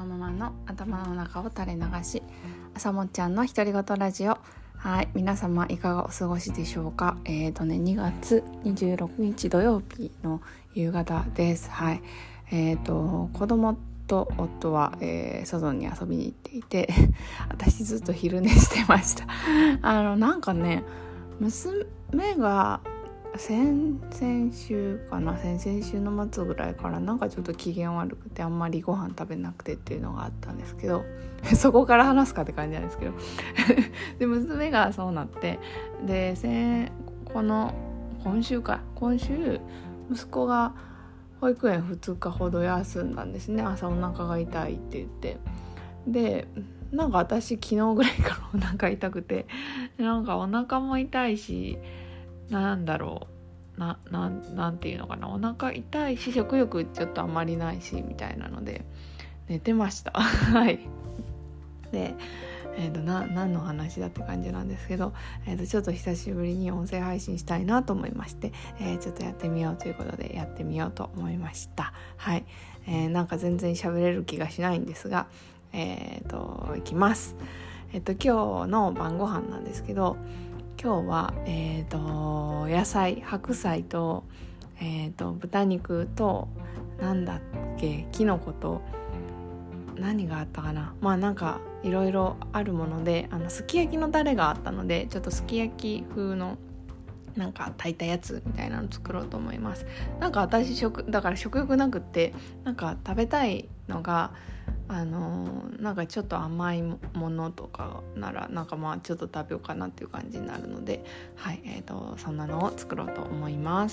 のままの頭の中を垂れ流し、朝もっちゃんの独り言ラジオ。はい、皆様いかがお過ごしでしょうか。2月26日土曜日の夕方です。はい、子供と夫は、外に遊びに行っていて私ずっと昼寝してました。なんかね、娘が先々週の末ぐらいからなんかちょっと機嫌悪くてあんまりご飯食べなくてっていうのがあったんですけどそこから話すかって感じなんですけどで娘がそうなってで今週息子が保育園2日ほど休んだんですね。朝お腹が痛いって言ってでなんか私昨日ぐらいからお腹痛くてなんかお腹も痛いしなんだろうなんていうのかな、お腹痛いし食欲ちょっとあんまりないしみたいなので寝てましたはいで、何の話だって感じなんですけど、ちょっと久しぶりに音声配信したいなと思いまして、ちょっとやってみようということでやってみようと思いましたはい、なんか全然喋れる気がしないんですがいきます。今日の晩ご飯なんですけど、今日は、野菜白菜と、豚肉となんだっけキノコと何があったかな、なんかいろいろあるものですき焼きのタレがあったのでちょっとすき焼き風のなんか炊いたやつみたいなの作ろうと思います。なんか私だから食欲なくってなんか食べたいのがなんかちょっと甘いものとかならなんかちょっと食べようかなっていう感じになるので、はい、そんなのを作ろうと思います。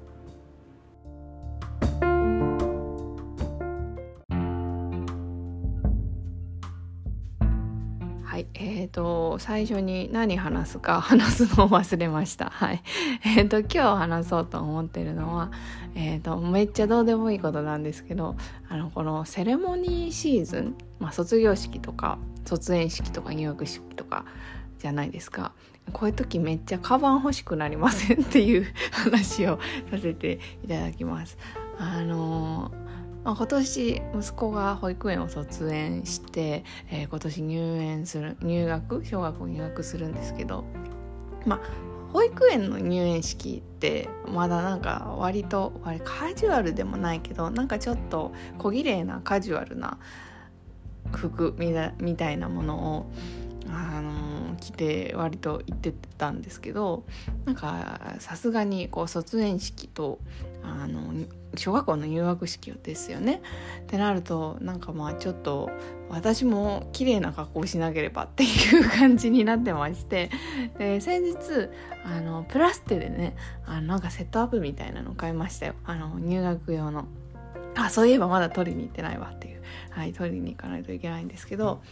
はい、最初に何話すのを忘れました。はい、今日話そうと思ってるのは、めっちゃどうでもいいことなんですけど、このセレモニーシーズン、卒業式とか卒園式とか入学式とかじゃないですか。こういう時めっちゃカバン欲しくなりませんっていう話をさせていただきます。今年息子が保育園を卒園して、今年小学校入学するんですけど、保育園の入園式ってまだなんか割とカジュアルでもないけどなんかちょっと小綺麗なカジュアルな服みたいなものを着て割と行ってたんですけど、なんかさすがにこう卒園式と小学校の入学式ですよねってなるとなんかちょっと私も綺麗な格好をしなければっていう感じになってまして、で先日プラステでねなんかセットアップみたいなのを買いましたよ。入学用のそういえばまだ取りに行ってないわっていう、はい、取りに行かないといけないんですけど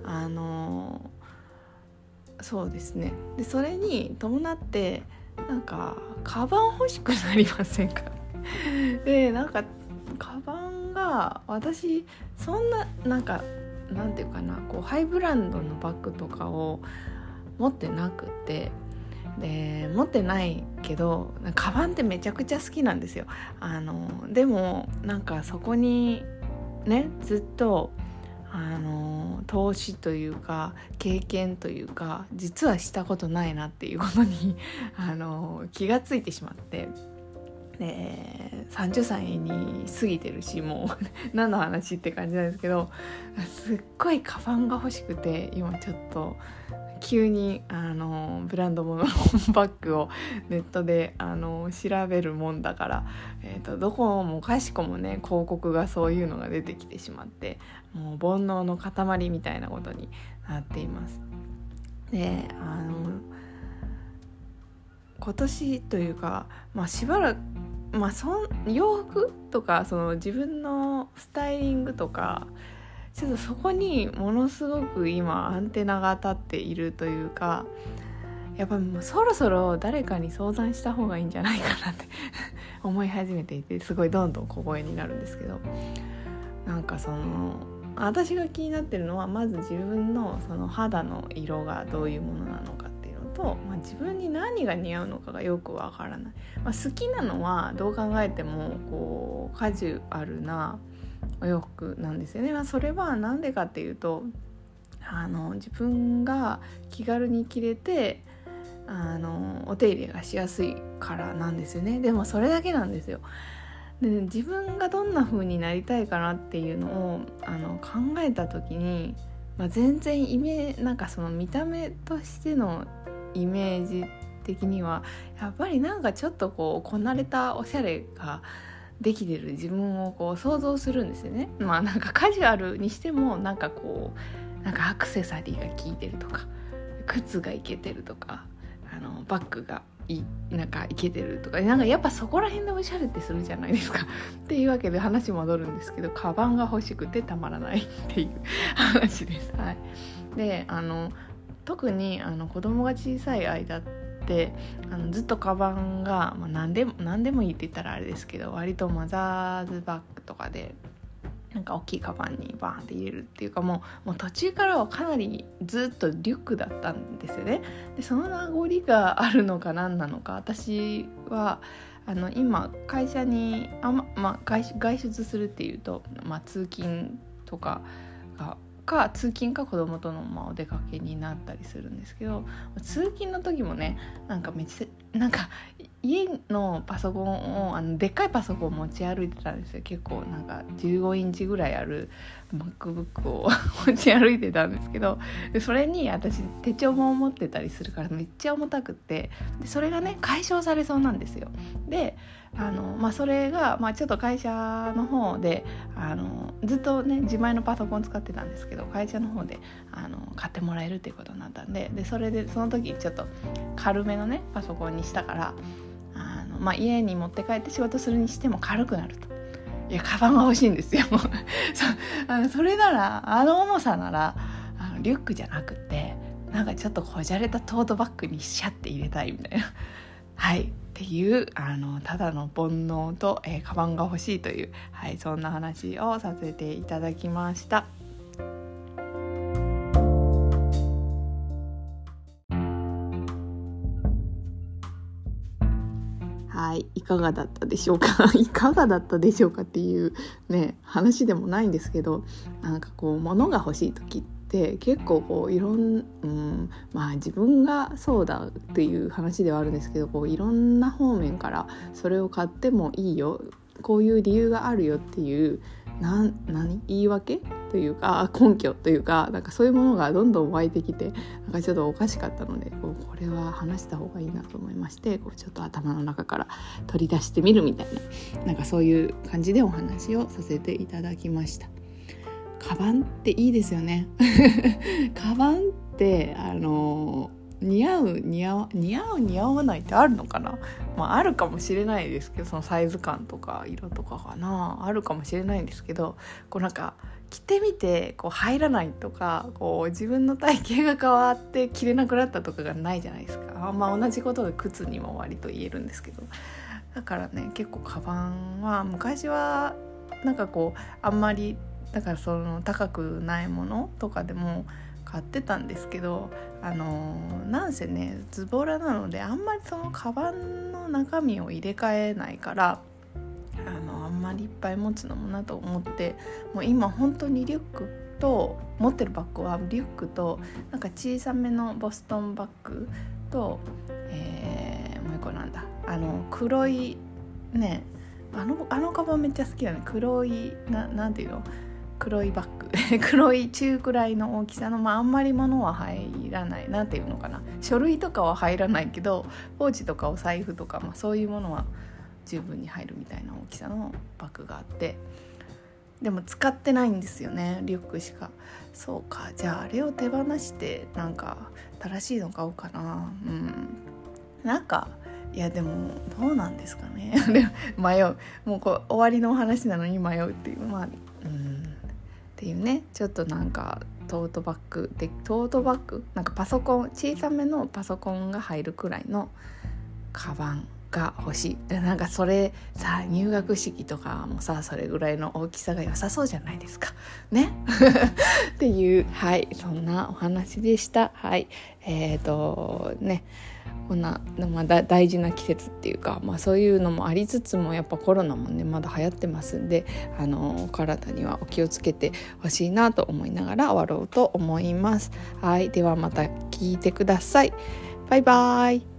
そうですね。でそれに伴ってなんかカバン欲しくなりませんかでなんかカバンが私そんななんていうかなこうハイブランドのバッグとかを持ってなくてで持ってないけどカバンってめちゃくちゃ好きなんですよ。でもなんかそこにねずっと投資というか経験というか実はしたことないなっていうことに気がついてしまってで30歳に過ぎてるしもう何の話って感じなんですけどすっごいカバンが欲しくて今ちょっと急にブランド物のバッグをネットで調べるもんだから、どこもかしこもね広告がそういうのが出てきてしまってもう煩悩の塊みたいなことになっています。で今年というか、しばらく洋服とかその自分のスタイリングとかちょっとそこにものすごく今アンテナが立っているというかやっぱもうそろそろ誰かに相談した方がいいんじゃないかなって思い始めていてすごいどんどん小声になるんですけど、なんか私が気になってるのはまず自分のその肌の色がどういうものなのかっていうのと、自分に何が似合うのかがよくわからない。好きなのはどう考えてもこうカジュアルなお洋服なんですよね。それはなんでかっていうと自分が気軽に着れてお手入れがしやすいからなんですよね。でもそれだけなんですよ。で自分がどんな風になりたいかなっていうのを考えた時に、全然なんかその見た目としてのイメージ的にはやっぱりなんかちょっとこなれたおしゃれができてる自分を想像するんですよね。なんかカジュアルにしてもなんかアクセサリーが効いてるとか、靴がいけてるとか、バッグがなんかいけてるとか、なんかやっぱそこら辺でおしゃれってするじゃないですかっていうわけで話戻るんですけど、カバンが欲しくてたまらないっていう話です。はい。で特に子供が小さい間ってずっとカバンが、何でもいいって言ったらあれですけど、割とマザーズバッグとかでなんか大きいカバンにバーンって入れるっていうか、もう途中からはかなりずっとリュックだったんですよね。でその名残があるのか何なのか、私は今会社に外出するっていうと、通勤とか通勤か子供とのお出かけになったりするんですけど、通勤の時もね、なんかめっちゃなんか家のパソコンをでっかいパソコンを持ち歩いてたんですよ。結構なんか15インチぐらいある MacBook を持ち歩いてたんですけど、でそれに私手帳も持ってたりするからめっちゃ重たくって、でそれがね解消されそうなんですよ。でそれが、ちょっと会社の方でずっとね自前のパソコン使ってたんですけど、会社の方で買ってもらえるっていうことになったんで、それでその時ちょっと軽めのねパソコンにしたから家に持って帰って仕事するにしても軽くなると。いやカバンが欲しいんですよそれなら重さならリュックじゃなくて、なんかちょっとこじゃれたトートバッグにシャッて入れたいみたいなはいっていうただの煩悩と、カバンが欲しいという、そんな話をさせていただきました。いかがだったでしょうかいかがだったでしょうかっていうね話でもないんですけど、なんか物が欲しい時って結構自分がそうだっていう話ではあるんですけど、いろんな方面からそれを買ってもいいよ、こういう理由があるよっていう言い訳というか根拠というか、なんかそういうものがどんどん湧いてきて、なんかちょっとおかしかったのでこれは話した方がいいなと思いまして、ちょっと頭の中から取り出してみるみたいな、なんかそういう感じでお話をさせていただきました。カバンっていいですよねカバンって似合わないってあるのかな、あるかもしれないですけど、そのサイズ感とか色とかかな、あるかもしれないんですけど、なんか着てみて入らないとか、自分の体型が変わって着れなくなったとかがないじゃないですか。同じことが靴にも割と言えるんですけど、だからね結構カバンは昔はなんかあんまりだからその高くないものとかでも買ってたんですけど、なんせねズボラなのであんまりそのカバンの中身を入れ替えないから、あんまりいっぱい持つのもなと思って、もう今本当にリュックと持ってるバッグはリュックとなんか小さめのボストンバッグと、もう一個なんだ黒いねカバンめっちゃ好きだね。黒いなんていうの、黒いバッグ黒い中くらいの大きさの、あんまり物は入らない、なんていうのかな、書類とかは入らないけどポーチとかお財布とか、そういうものは十分に入るみたいな大きさのバッグがあって、でも使ってないんですよね、リュックしか。そうか、じゃああれを手放してなんか新しいの買おうかな。なんかいやでもどうなんですかね迷う、もう終わりのお話なのに迷うっていう、っていうね、ちょっとなんかトートバッグなんかパソコン、小さめのパソコンが入るくらいのカバンが欲しい。でなんかそれさ、入学式とかもさそれぐらいの大きさが良さそうじゃないですかねっていう、そんなお話でした。 大事な季節っていうか、そういうのもありつつも、やっぱコロナもねまだ流行ってますんで、体にはお気をつけてほしいなと思いながら終わろうと思います。はい、ではまた聞いてください。バイバイ。